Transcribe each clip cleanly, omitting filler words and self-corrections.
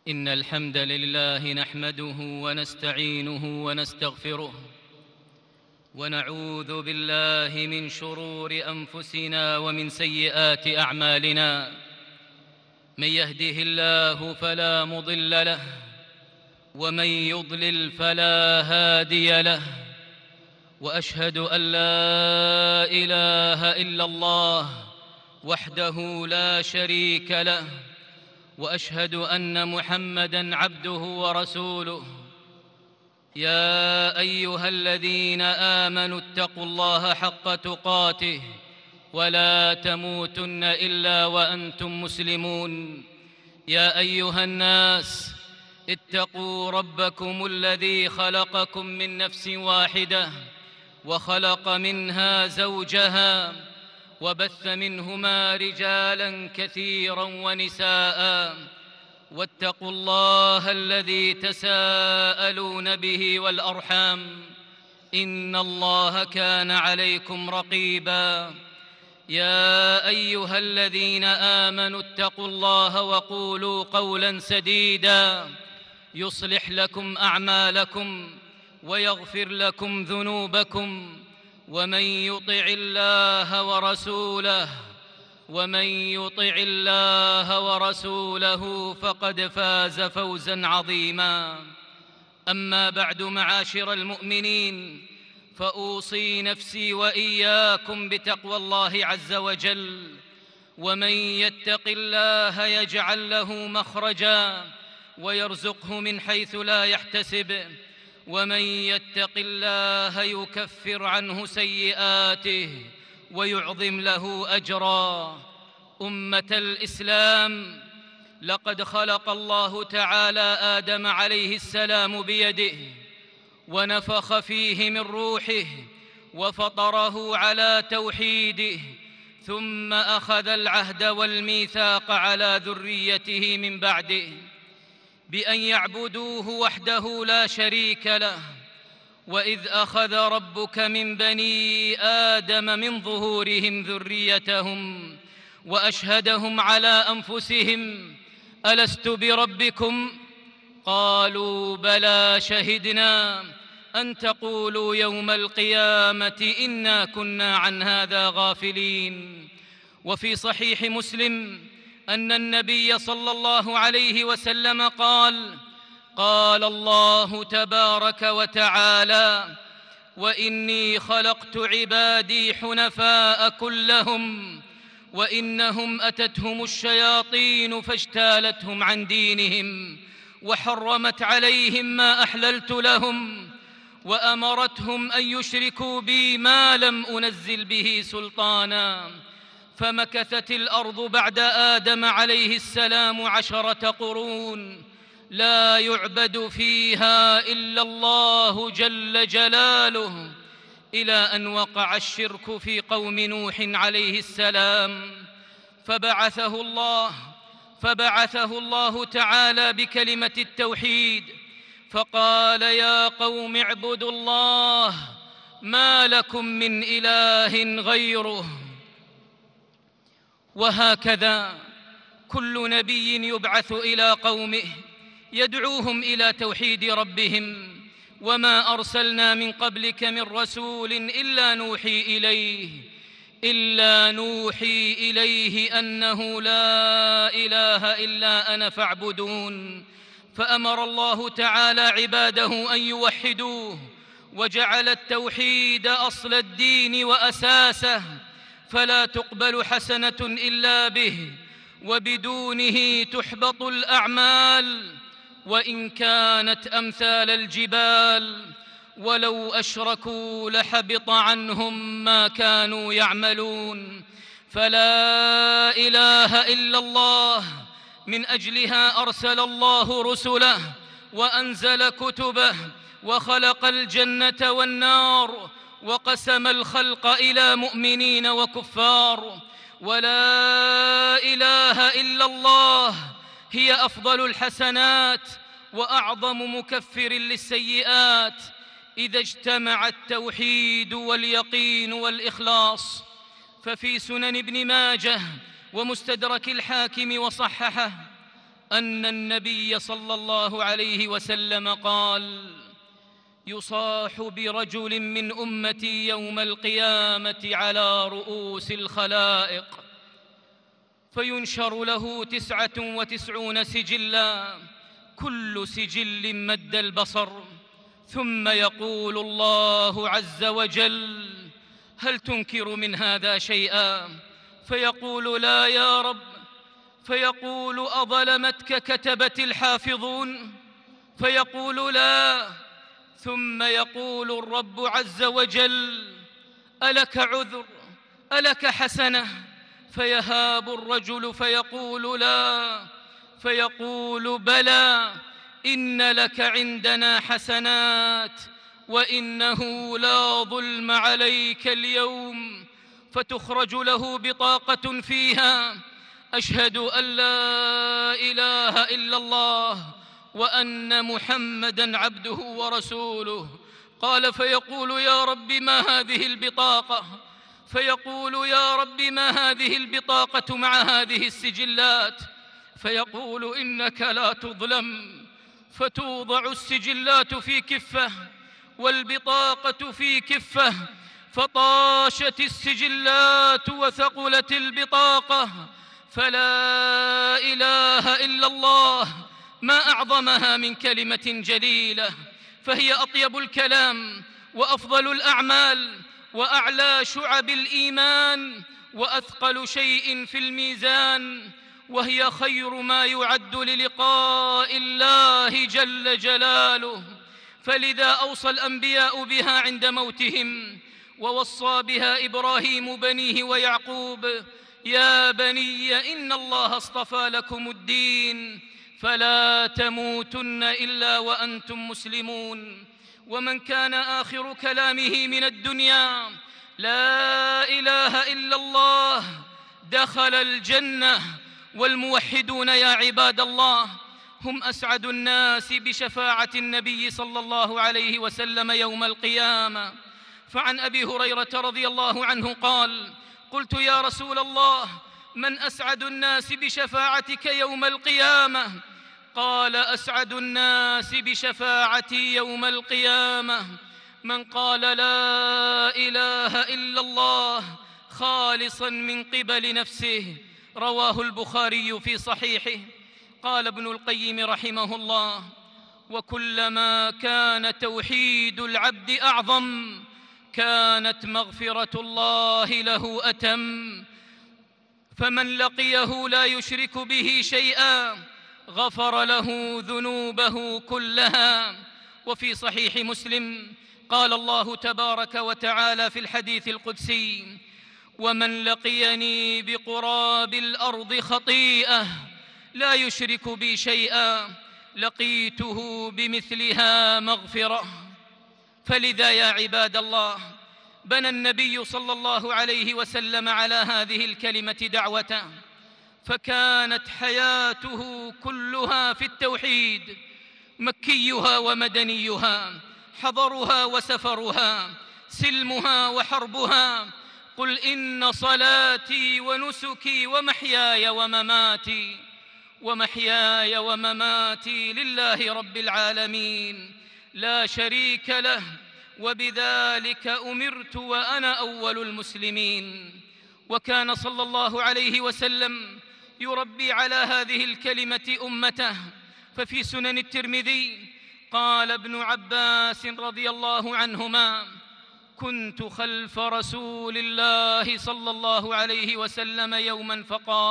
إن الحمد لله نحمده ونستعينه ونستغفره ونعوذ بالله من شرور أنفسنا ومن سيئات أعمالنا. من يهده الله فلا مضل له ومن يضلل فلا هادي له، وأشهد أن لا إله إلا الله وحده لا شريك له، وأشهد أن محمدًا عبده ورسوله. يا أيها الذين آمنوا اتقوا الله حق تقاته ولا تموتن إلا وأنتم مسلمون. يا أيها الناس اتقوا ربكم الذي خلقكم من نفس واحدة وخلق منها زوجها وبث منهما رجالاً كثيراً ونساءً، واتقوا الله الذي تساءلون به والأرحام، إن الله كان عليكم رقيباً. يا أيها الذين آمنوا اتقوا الله وقولوا قولاً سديداً يصلح لكم أعمالكم ويغفر لكم ذنوبكم، ومن يطع الله ورسوله فقد فاز فوزاً عظيماً. أما بعد، معاشر المؤمنين، فأوصي نفسي وإياكم بتقوى الله عز وجل. ومن يتق الله يجعل له مخرجاً ويرزقه من حيث لا يحتسب، ومن يتق الله يكفر عنه سيئاته ويعظم له أجرا. أمة الإسلام، لقد خلق الله تعالى آدم عليه السلام بيده ونفخ فيه من روحه وفطره على توحيده، ثم أخذ العهد والميثاق على ذريته من بعده بأن يعبدوه وحده لا شريك له. وإذ أخذ ربك من بني آدم من ظهورهم ذريتهم وأشهدهم على أنفسهم ألست بربكم؟ قالوا بلى شهدنا أن تقولوا يوم القيامة إنا كنا عن هذا غافلين. وفي صحيح مسلم أن النبي صلى الله عليه وسلم قال: قال الله تبارك وتعالى: وإني خلقت عبادي حنفاء كلهم، وإنهم أتتهم الشياطين فاجتالتهم عن دينهم وحرمت عليهم ما أحللت لهم وأمرتهم أن يشركوا بي ما لم أنزل به سلطانا. فمكثت الأرض بعد آدم عليه السلام 10 قرون لا يعبد فيها إلا الله جل جلاله، إلى أن وقع الشرك في قوم نوح عليه السلام، فبعثه الله تعالى بكلمة التوحيد، فقال: يا قوم اعبدوا الله ما لكم من إله غيره. وهكذا كل نبي يبعث إلى قومه يدعوهم إلى توحيد ربهم. وما أرسلنا من قبلك من رسول إلا نوحي إليه أنه لا إله إلا أنا فاعبدون. فأمر الله تعالى عباده أن يوحدوه، وجعل التوحيد أصل الدين وأساسه، فلا تقبل حسنة إلا به، وبدونه تحبط الأعمال وإن كانت أمثال الجبال، ولو أشركوا لحبط عنهم ما كانوا يعملون. فلا إله إلا الله، من أجلها أرسل الله رسله وأنزل كتبه وخلق الجنة والنار وقسم الخلق إلى مؤمنين وكفار. ولا إله إلا الله هي أفضل الحسنات وأعظم مكفر للسيئات إذا اجتمع التوحيد واليقين والإخلاص. ففي سنن ابن ماجه ومستدرك الحاكم وصححه أن النبي صلى الله عليه وسلم قال: يصاح برجل من أمتي يوم القيامة على رؤوس الخلائق، فينشر له 99 سجلا، كل سجل مد البصر، ثم يقول الله عز وجل: هل تنكر من هذا شيئا؟ فيقول: لا يا رب. فيقول: أظلمتك كتبة الحافظون؟ فيقول: لا. ثم يقول الرب عز وجل: ألك عذر؟ ألك حسنة؟ فيهاب الرجل فيقول: لا. فيقول: بلى، إن لك عندنا حسنات، وإنه لا ظلم عليك اليوم. فتخرج له بطاقة فيها: أشهد أن لا إله إلا الله وأن محمدًا عبده ورسوله. قال: فيقول: يا رب ما هذه البطاقة؟ فيقول: يا رب ما هذه البطاقة مع هذه السجلات؟ فيقول: إنك لا تظلم. فتوضع السجلات في كفة والبطاقة في كفة، فطاشت السجلات وثقلت البطاقة، فلا إله إلا الله ما أعظمها من كلمة جليلة، فهي أطيب الكلام وأفضل الأعمال وأعلى شعب الإيمان وأثقل شيء في الميزان، وهي خير ما يعد للقاء الله جل جلاله. فلذا أوصى الأنبياء بها عند موتهم، ووصى بها إبراهيم بنيه ويعقوب: يا بني إن الله اصطفى لكم الدين فلا تموتن إلا وأنتم مسلمون. ومن كان آخر كلامه من الدنيا لا إله إلا الله دخل الجنة. والموحدون يا عباد الله هم أسعد الناس بشفاعة النبي صلى الله عليه وسلم يوم القيامة. فعن أبي هريرة رضي الله عنه قال: قلت يا رسول الله من أسعد الناس بشفاعتك يوم القيامة؟ قال: أسعد الناس بشفاعتي يوم القيامة من قال لا إله إلا الله خالصا من قبل نفسه. رواه البخاري في صحيحه. قال ابن القيم رحمه الله: وكلما كان توحيد العبد أعظم كانت مغفرة الله له أتم، فمن لقيه لا يشرك به شيئا غفر له ذنوبه كلها. وفي صحيح مسلم قال الله تبارك وتعالى في الحديث القدسي: ومن لقيني بقراب الأرض خطيئة لا يشرك بي شيئا لقيته بمثلها مغفرة. فلذا يا عباد الله بنى النبي صلى الله عليه وسلم على هذه الكلمة دعوته، فكانت حياته كلها في التوحيد، مكيها ومدنيها، حضرها وسفرها، سلمها وحربها. قل إن صلاتي ونسكي ومحياي ومماتي لله رب العالمين لا شريك له وبذلك أمرت وأنا أول المسلمين. وكان صلى الله عليه وسلم يربي على هذه الكلمة أمته. ففي سنن الترمذي قال ابن عباس رضي الله عنهما: كنت خلف رسول الله صلى الله عليه وسلم يوما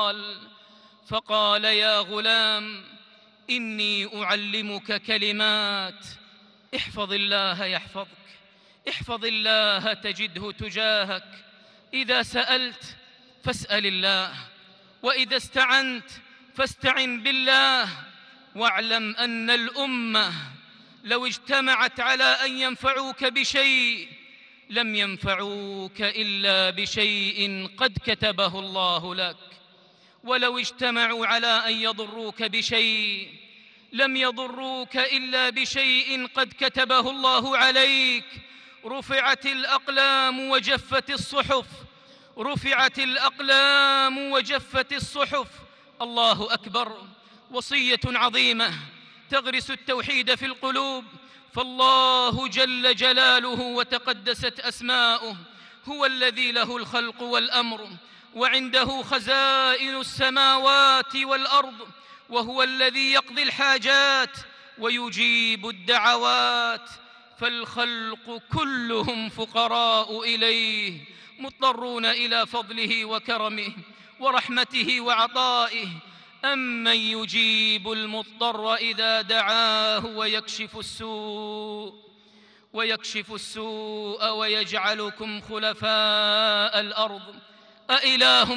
فقال يا غلام إني أعلمك كلمات احفظ الله يحفظك، احفظ الله تجده تجاهك، إذا سألت فاسأل الله، وإذا استعنت فاستعن بالله، واعلم أن الأمة لو اجتمعت على أن ينفعوك بشيء لم ينفعوك إلا بشيء قد كتبه الله لك، ولو اجتمعوا على أن يضروك بشيء لم يضروك إلا بشيء قد كتبه الله عليك. رفعت الأقلام وجفت الصحف، رفعت الأقلام وجفت الصحف. الله أكبر. وصية عظيمة تغرس التوحيد في القلوب. فالله جل جلاله وتقدست أسماؤه هو الذي له الخلق والأمر، وعنده خزائن السماوات والأرض، وهو الذي يقضي الحاجات ويجيب الدعوات. فالخلق كلهم فقراء إليه، مضطرون إلى فضله وكرمه ورحمته وعطائه. أمن يجيب المضطر إذا دعاه ويكشف السوء ويجعلكم خلفاء الأرض أإله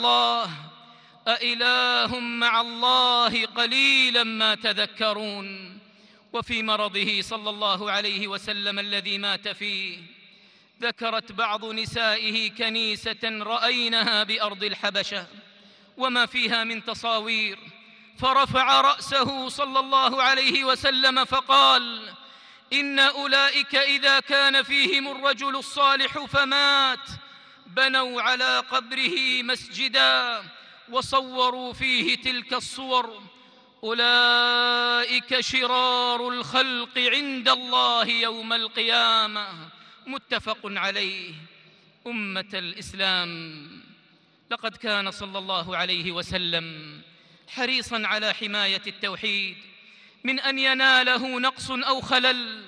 مع الله قليلا ما تذكرون. وفي مرضه صلى الله عليه وسلم الذي مات فيه ذكرت بعض نسائه كنيسة رأينها بأرض الحبشة وما فيها من تصاوير، فرفع رأسه صلى الله عليه وسلم فقال: إن أولئك إذا كان فيهم الرجل الصالح فمات بنوا على قبره مسجدا وصوروا فيه تلك الصور، أولئك شرار الخلق عند الله يوم القيامة. متفق عليه. أمة الإسلام، لقد كان صلى الله عليه وسلم حريصاً على حماية التوحيد من أن يناله نقص أو خلل،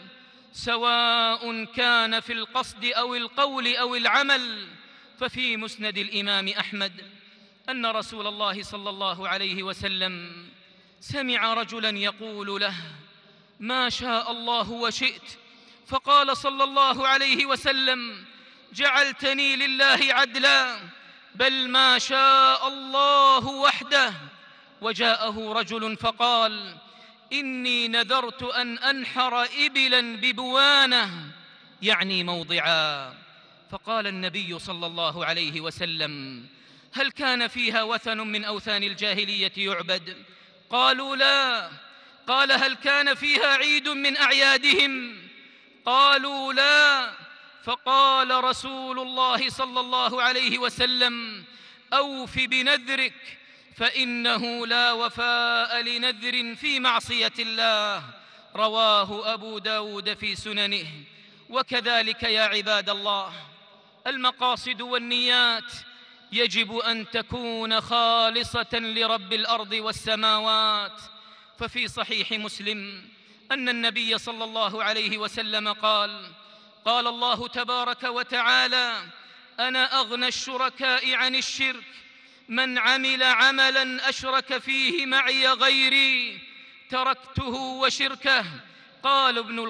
سواء كان في القصد أو القول أو العمل. ففي مسند الإمام أحمد أن رسول الله صلى الله عليه وسلم سمع رجلاً يقول له: ما شاء الله وشئت. فقال صلى الله عليه وسلم: جعلتني لله عدلا، بل ما شاء الله وحده. وجاءه رجل فقال: إني نذرت أن أنحر إبلا ببوانة، يعني موضعا. فقال النبي صلى الله عليه وسلم: هل كان فيها وثن من أوثان الجاهلية يعبد؟ قالوا لا. قال: هل كان فيها عيد من أعيادهم؟ قالوا لا. فقال رسول الله صلى الله عليه وسلم: أوف بنذرك، فإنه لا وفاء لنذر في معصية الله. رواه أبو داود في سننه. وكذلك يا عباد الله، المقاصد والنيات يجب أن تكون خالصة لرب الأرض والسماوات. ففي صحيح مسلم أن النبي صلى الله عليه وسلم قال الله تبارك وتعالى: أنا أغنى الشركاء عن الشرك، من عمل عملا أشرك فيه معي غيري تركته وشركه. قال ابن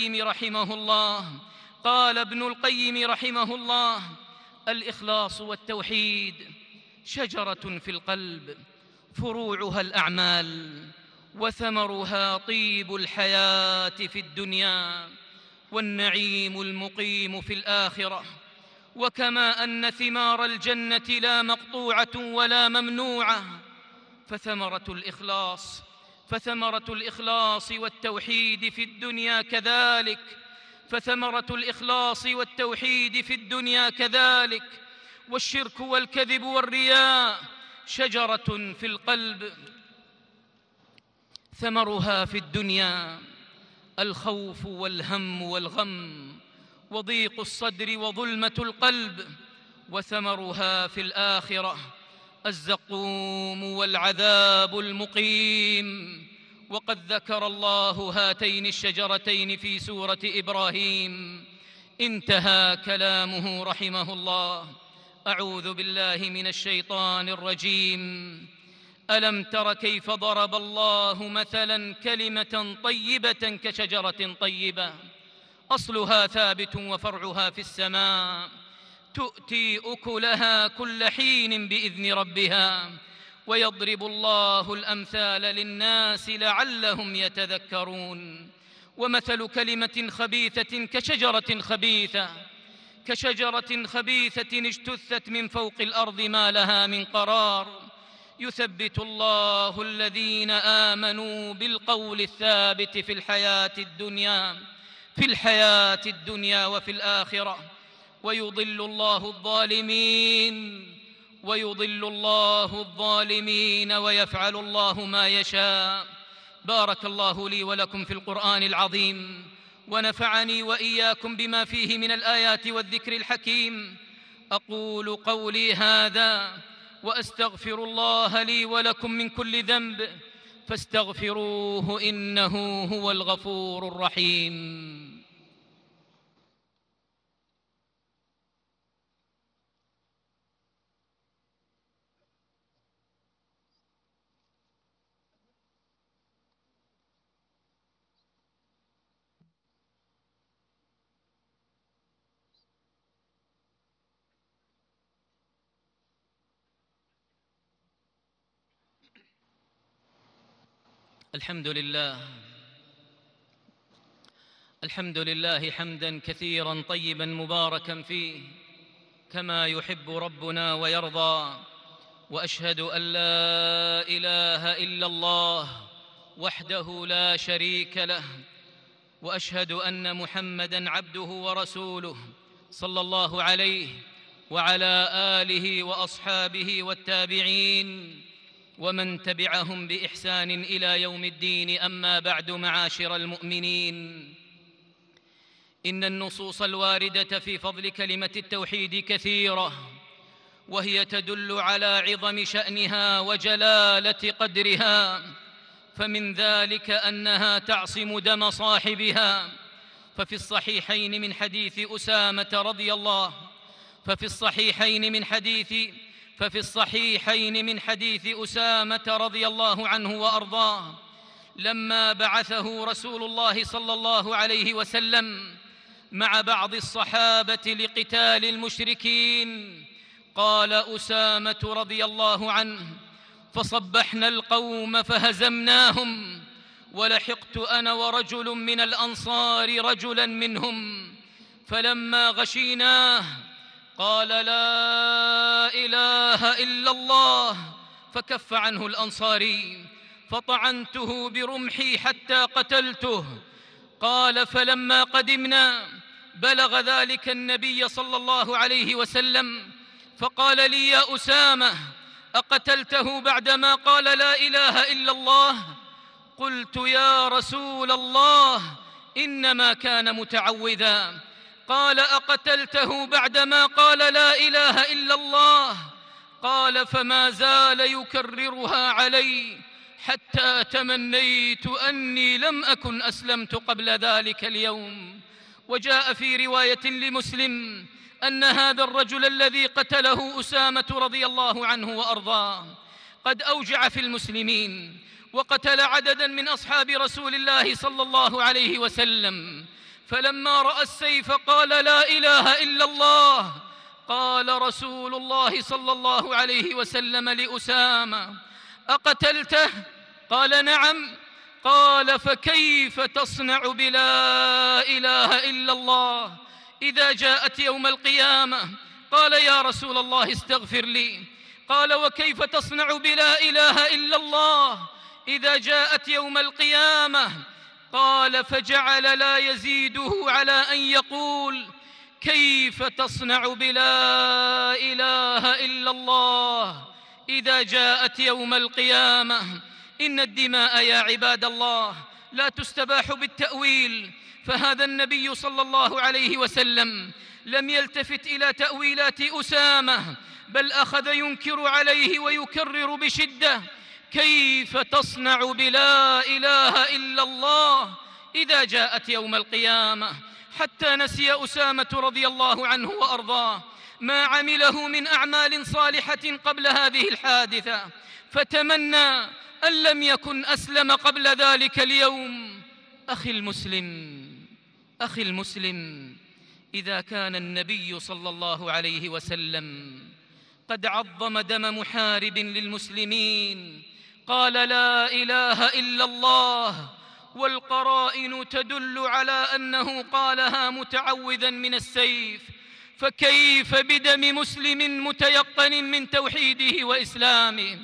القيم رحمه الله: الإخلاص والتوحيد شجرة في القلب، فروعها الأعمال، وثمرها طيب الحياة في الدنيا والنعيم المقيم في الآخرة. وكما أن ثمار الجنة لا مقطوعة ولا ممنوعة، فثمرة الإخلاص والتوحيد في الدنيا كذلك. والشرك والكذب والرياء شجرة في القلب، ثمرها في الدنيا الخوف والهم والغم وضيق الصدر وظلمة القلب، وثمرها في الآخرة الزقوم والعذاب المقيم. وقد ذكر الله هاتين الشجرتين في سورة إبراهيم. انتهى كلامه رحمه الله: أعوذ بالله من الشيطان الرجيم. ألم تر كيف ضرب الله مثلا كلمة طيبة كشجرة طيبة أصلها ثابت وفرعها في السماء، تؤتي أكلها كل حين بإذن ربها، ويضرب الله الأمثال للناس لعلهم يتذكرون. ومثل كلمة خبيثة كشجرة خبيثة اجتثت من فوق الأرض ما لها من قرار، يثبت الله الذين آمنوا بالقول الثابت في الحياة الدنيا وفي الآخرة، ويضل الله الظالمين ويضل الله الظالمين ويفعل الله ما يشاء. بارك الله لي ولكم في القرآن العظيم، ونفعني وإياكم بما فيه من الآيات والذكر الحكيم. أقول قولي هذا وأستغفر الله لي ولكم من كل ذنب، فاستغفروه إنه هو الغفور الرحيم. الحمد لله حمداً كثيراً طيباً مباركاً فيه كما يحب ربنا ويرضى. وأشهد أن لا إله إلا الله وحده لا شريك له، وأشهد أن محمداً عبده ورسوله صلى الله عليه وعلى آله وأصحابه والتابعين ومن تبعهم بإحسان إلى يوم الدين. أما بعد، معاشر المؤمنين، إن النصوص الواردة في فضل كلمة التوحيد كثيرة، وهي تدل على عظم شأنها وجلالة قدرها. فمن ذلك أنها تعصم دم صاحبها، ففي الصحيحين من حديث أسامة رضي الله أسامة رضي الله عنه وأرضاه، لما بعثه رسول الله صلى الله عليه وسلم مع بعض الصحابة لقتال المشركين، قال أسامة رضي الله عنه: فصبحنا القوم فهزمناهم، ولحقت أنا ورجل من الأنصار رجلا منهم، فلما غشيناه قال: لا إله إلا الله، فكف عنه الأنصاري، فطعنته برمحي حتى قتلته. قال: فلما قدمنا بلغ ذلك النبي صلى الله عليه وسلم، فقال لي: يا أسامة، أقتلته بعدما قال لا إله إلا الله؟ قلت: يا رسول الله، إنما كان متعوذا. قال: أقتلته بعدما قال لا إله إلا الله؟ قال: فما زال يكررها علي حتى تمنيت أني لم أكن أسلمت قبل ذلك اليوم. وجاء في رواية لمسلم أن هذا الرجل الذي قتله أسامة رضي الله عنه وأرضاه قد أوجع في المسلمين، وقتل عدداً من أصحاب رسول الله صلى الله عليه وسلم، فلما رأى السيف قال: لا إله إلا الله. قال رسول الله صلى الله عليه وسلم لأسامة: أقتلته؟ قال: نعم. قال: فكيف تصنع بلا إله إلا الله إذا جاءت يوم القيامة؟ قال: يا رسول الله، استغفر لي. قال: وكيف تصنع بلا إله إلا الله إذا جاءت يوم القيامة؟ قال: فجعل لا يزيده على أن يقول: كيف تصنع بلا إله إلا الله إذا جاءت يوم القيامة؟ إن الدماء يا عباد الله لا تستباح بالتأويل، فهذا النبي صلى الله عليه وسلم لم يلتفت إلى تأويلات أسامة، بل أخذ ينكر عليه ويكرر بشدة: كيف تصنع بلا إله إلا الله إذا جاءت يوم القيامة؟ حتى نسي أسامة رضي الله عنه وأرضاه ما عمله من أعمال صالحة قبل هذه الحادثة، فتمنى أن لم يكن أسلم قبل ذلك اليوم. أخي المسلم، إذا كان النبي صلى الله عليه وسلم قد عظم دم محارب للمسلمين، قال: لا إله إلا الله، والقرائن تدل على أنه قالها متعوذا من السيف، فكيف بدم مسلم متيقن من توحيده وإسلامه؟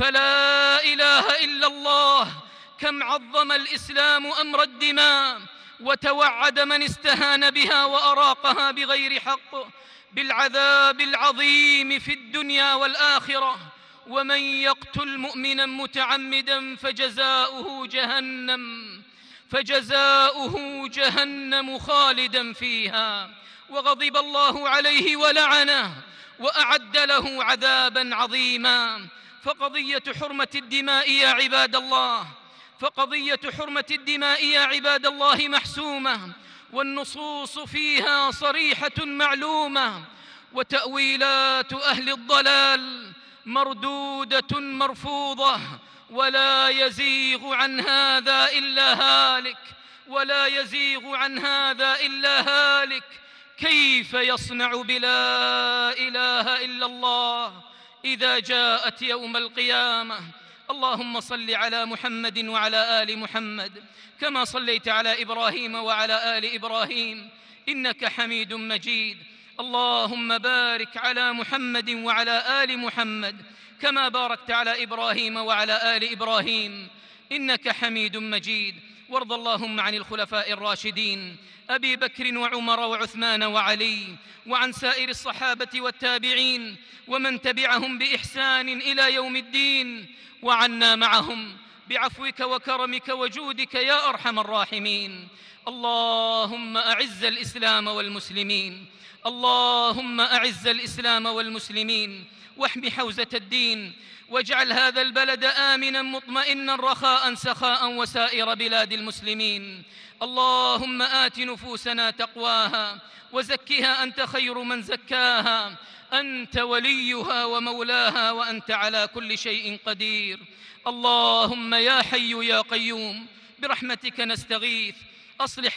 فلا إله إلا الله. كم عظم الإسلام أمر الدماء، وتوعد من استهان بها وأراقها بغير حق بالعذاب العظيم في الدنيا والآخرة. ومن يقتل مؤمنا متعمدا فجزاؤه جهنم خالدا فيها وغضب الله عليه ولعنه وأعد له عذابا عظيما. فقضية حرمة الدماء يا عباد الله محسومة، والنصوص فيها صريحة معلومة، وتأويلات أهل الضلال مردودة مرفوضة، ولا يزيغ عن هذا إلا هالك. كيف يصنع بلا إله إلا الله إذا جاءت يوم القيامة؟ اللهم صل على محمد وعلى آل محمد كما صليت على إبراهيم وعلى آل إبراهيم إنك حميد مجيد. اللهم بارك على محمد وعلى آل محمد كما باركت على إبراهيم وعلى آل إبراهيم إنك حميد مجيد. وارض اللهم عن الخلفاء الراشدين أبي بكر وعمر وعثمان وعلي، وعن سائر الصحابة والتابعين ومن تبعهم بإحسان إلى يوم الدين، وعنا معهم بعفوك وكرمك وجودك يا أرحم الراحمين. اللهم أعز الإسلام والمسلمين واحم حوزة الدين، واجعل هذا البلد آمنا مطمئنا رخاء سخاء وسائر بلاد المسلمين. اللهم آت نفوسنا تقواها وزكها أنت خير من زكاها، أنت وليها ومولاها وأنت على كل شيء قدير. اللهم يا حي يا قيوم برحمتك نستغيث، أصلح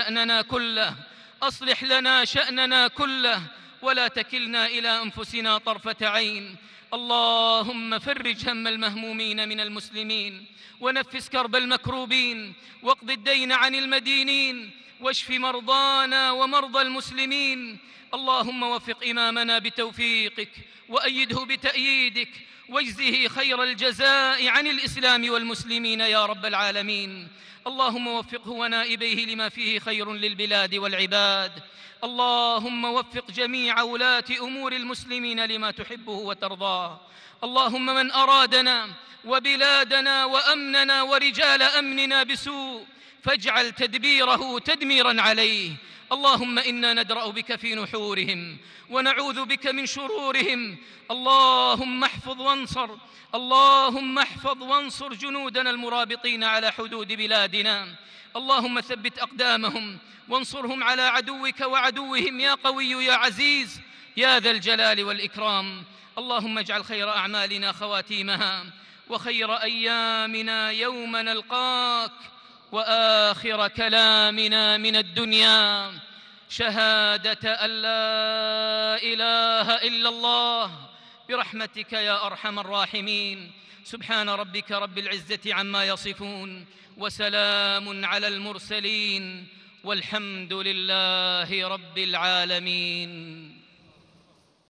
لنا شأننا كله ولا تكلنا إلى أنفسنا طرفة عين. اللهم فرج هم المهمومين من المسلمين، ونفس كرب المكروبين، واقض الدين عن المدينين، واشف مرضانا ومرضى المسلمين. اللهم وفق إمامنا بتوفيقك، وأيده بتأييدك، واجزه خير الجزاء عن الإسلام والمسلمين يا رب العالمين. اللهم وفقه ونائبيه لما فيه خير للبلاد والعباد. اللهم وفق جميع ولاة أمور المسلمين لما تحبه وترضاه. اللهم من أرادنا وبلادنا وأمننا ورجال أمننا بسوء فاجعل تدبيره تدميرا عليه. اللهم إنا ندرأ بك في نحورهم ونعوذ بك من شرورهم. اللهم احفظ وانصر جنودنا المرابطين على حدود بلادنا. اللهم ثبت أقدامهم وانصرهم على عدوك وعدوهم يا قوي يا عزيز يا ذا الجلال والإكرام. اللهم اجعل خير أعمالنا خواتيمها، وخير أيامنا يوم نلقاك، وآخر كلامنا من الدنيا شهادة أن لا إله إلا الله برحمتك يا أرحم الراحمين. سبحان ربك رب العزة عما يصفون، وسلام على المرسلين، والحمد لله رب العالمين.